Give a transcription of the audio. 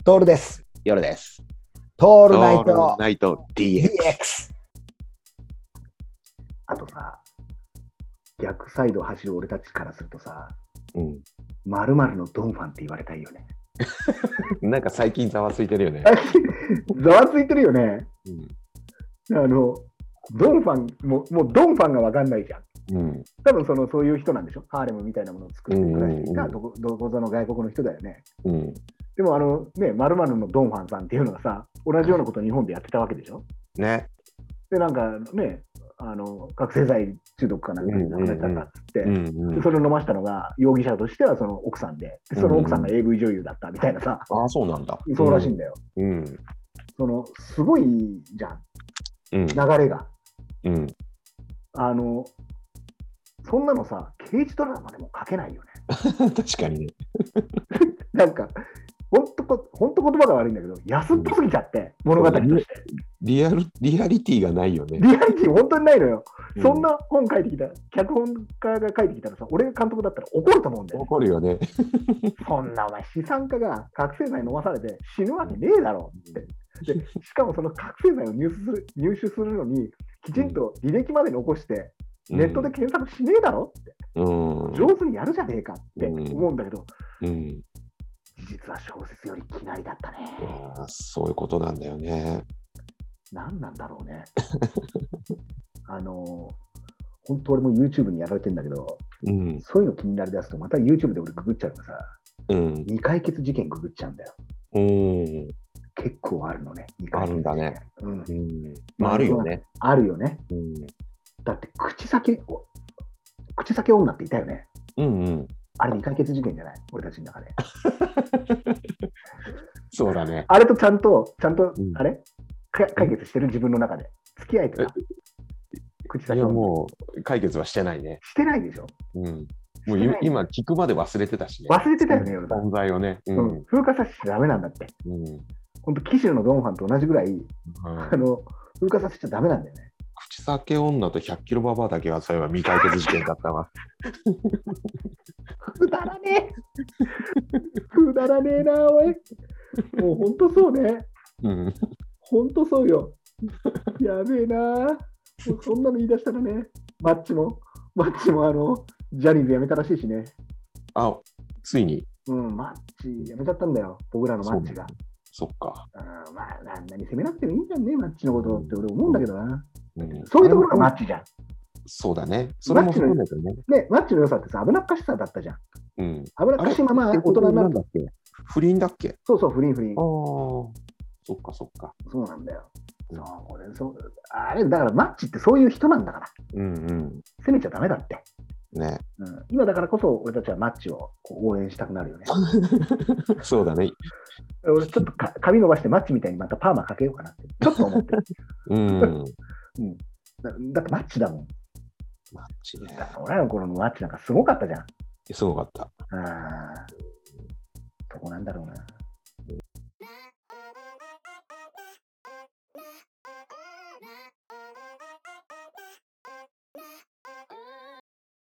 トールです。 夜です。 トールナイオールトナイト DX。 DX。あとさ、逆サイドを走る俺たちからするとさ、〇〇のドンファンって言われたいよね。 なんか最近ざわついてるよね。 ざわついてるよね。ドンファン、もうドンファンが分かんないじゃん。多分そういう人なんでしょ。ハーレムみたいなものを作って暮らしてきたどこぞの外国の人だよね。でも〇〇のドンファンさんっていうのがさ、同じようなことを日本でやってたわけでしょ。 ね。 で、なんかね、覚醒剤中毒かなんかに亡くなっちゃったっつって、でそれを飲ましたのが容疑者としてはその奥さんで、その奥さんが AV 女優だったみたいなさ、 ああ、そうなんだ。 そうらしいんだよ。すごいじゃん、流れが。そんなのさ、刑事ドラマでも書けないよね。 確かにね。 なんか、ほんと言葉が悪いんだけど、安っぽすぎちゃって、物語として。 リアリティがないよね。 リアリティ本当にないのよ。そんな本書いてきた、脚本家が書いてきたらさ、俺が監督だったら怒ると思うんだよ。 怒るよね。 そんなお前、資産家が覚醒剤飲まされて死ぬわけねえだろって。でしかもその覚醒剤を入手するのに、きちんと履歴まで残して、ネットで検索しねえだろって。上手にやるじゃねえかって思うんだけど、事実は小説よりきなりだったね。 そういうことなんだよね。 何なんだろうね。本当俺も YouTube にやられてんだけど、そういうの気になりだすとまた YouTube で俺ググっちゃうからさ、未解決事件ググっちゃうんだよ。結構あるのね。 あるんだね。あるよね。 あるよね。だって口先女っていたよね。あれ未解決事件じゃない？俺たちの中で。 そうだね。 あれとちゃんと、あれ解決してる自分の中で。付き合えてた。口先女。 いや、もう解決はしてないね。 してないでしょ。 もう今聞くまで忘れてたしね。 忘れてたよね、 存在をね。 風化させちゃダメなんだって。本当、騎士のドンファンと同じぐらい、風化させちゃダメなんだよね。 口先女と100キロババアだけはそういえば未解決事件だったわ。 くだらねえな、おい。もう本当そうね。本当そうよ。やべえな。もうそんなの言い出したらね、マッチもジャニーズ辞めたらしいしね。 あ、ついに。 マッチ辞めちゃったんだよ、僕らのマッチが。 そっか。 まあ、何責めなくてもいいじゃんね、マッチのことって俺思うんだけどな。そういうところがマッチじゃん。 そうだね。それも含めてね。 マッチの良さってさ、危なっかしさだったじゃん。危なっかしいまま大人になるんだっけ。 不倫だっけ？ そう、不倫。 そっか。 そうなんだよ。あれ、だからマッチってそういう人なんだから。責めちゃダメだって。 ね。 今だからこそ俺たちはマッチを応援したくなるよね。 そうだね。 俺ちょっと髪伸ばしてマッチみたいにまたパーマかけようかなってちょっと思ってる。だってマッチだもん。 マッチね。 俺らの頃のマッチなんかすごかったじゃん。 すごかった。 そこなんだろうな。